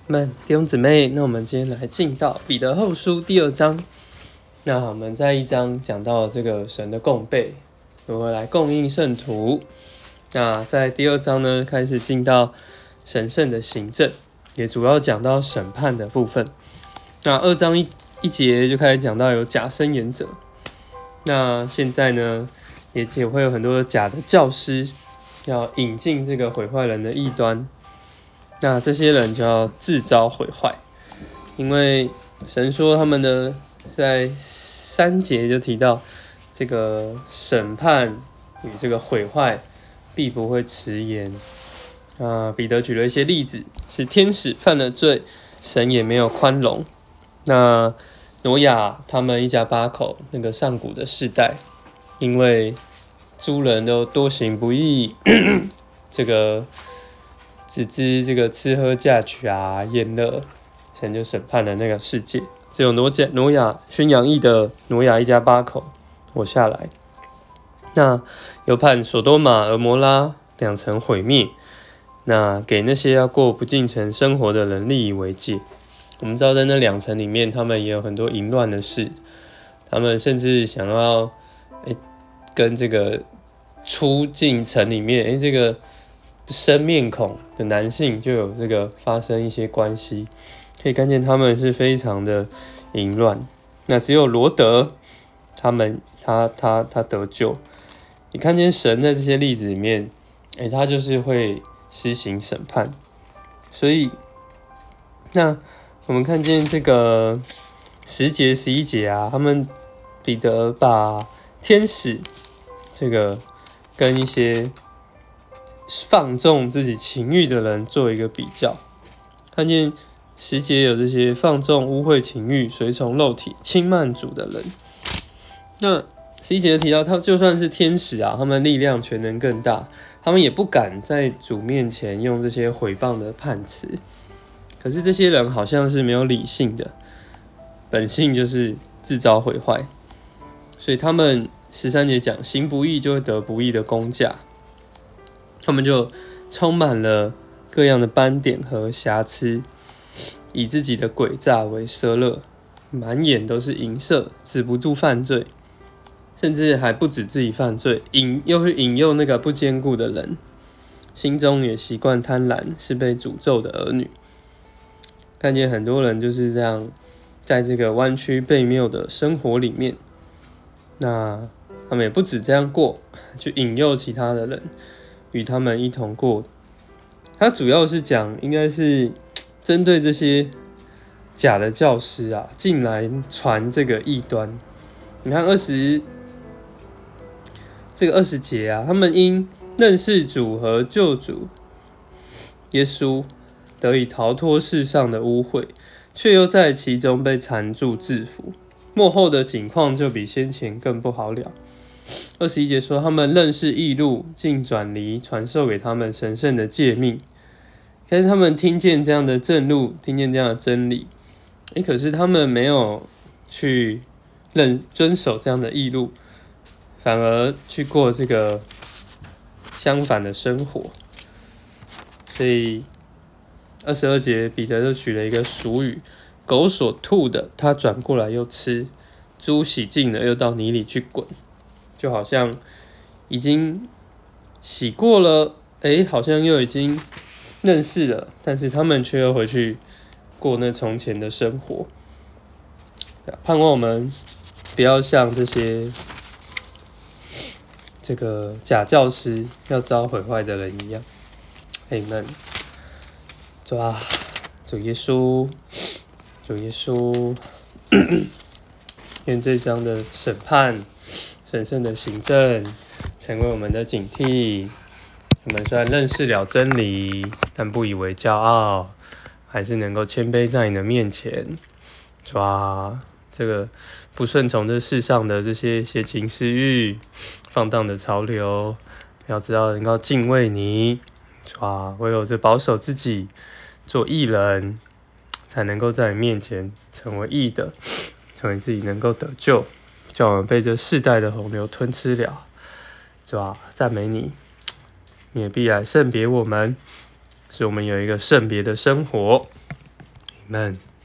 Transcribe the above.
弟兄姊妹，那我们今天来进到彼得后书第2章。那我们在1章讲到这个神的供备，如何来供应圣徒。那在第2章呢，开始进到神圣的行政，也主要讲到审判的部分。那2章一节就开始讲到有假申言者。那现在呢，也会有很多假的教师要引进这个毁坏人的异端。那这些人就要自招毁坏，因为神说他们的在3节就提到这个审判与这个毁坏必不会迟延。彼得举了一些例子，是天使犯了罪，神也没有宽容。那挪亚他们一家8口那个上古的世代，因为诸人都多行不义，这个只知这个吃喝嫁娶宴乐，神就审判了那个世界。只有挪亚宣扬义的挪亚一家8口活下来。那又判所多玛、俄摩拉2城毁灭，那给那些要过不敬虔生活的人立以为戒。我们知道在那2城里面，他们也有很多淫乱的事，他们甚至想要跟这个出进城里面这个生面孔的男性就有这个发生一些关系，可以看见他们是非常的淫乱。那只有罗德他得救。你看见神在这些例子里面，他就是会施行审判。所以那我们看见这个10节11节他们彼得把天使这个跟一些放纵自己情欲的人做一个比较，看见10节有这些放纵污秽情欲、随从肉体、轻慢主的人。那11节提到，他就算是天使他们力量权能更大，他们也不敢在主面前用这些毁谤的判词。可是这些人好像是没有理性的，本性就是自招毁坏，所以他们13节讲行不义就会得不义的工价，他们就充满了各样的斑点和瑕疵，以自己的诡诈为奢乐，满眼都是淫色，止不住犯罪，甚至还不止自己犯罪，又去引诱那个不坚固的人，心中也习惯贪婪，是被诅咒的儿女。看见很多人就是这样，在这个弯曲悖谬的生活里面，那他们也不止这样过，去引诱其他的人，与他们一同过。他主要是讲，应该是针对这些假的教师进来传这个异端。你看20节他们因认识主和救主耶稣，得以逃脱世上的污秽，却又在其中被缠住制服，末后的景况就比先前更不好了。21节说，他们认识义路，竟转离传授给他们神圣的诫命。可是他们听见这样的正路，听见这样的真理，可是他们没有去遵守这样的义路，反而去过这个相反的生活。所以22节彼得就举了一个俗语，狗所吐的他转过来又吃，猪洗净了又到泥里去滚。就好像已经洗过了，好像又已经认识了，但是他们却又回去过那从前的生活。盼望我们不要像这些这个假教师要遭毁坏的人一样。Amen。主耶稣，愿这章的审判、神圣的行政成为我们的警惕。我们虽然认识了真理，但不以为骄傲，还是能够谦卑在你的面前。这个不顺从这世上的这些邪情私欲、放荡的潮流，要知道能够敬畏你。唯有这保守自己，做义人，才能够在你面前成为义的，成为自己能够得救，叫我们被这世代的洪流吞吃了。赞美你，你也必来圣别我们，使我们有一个圣别的生活。 们。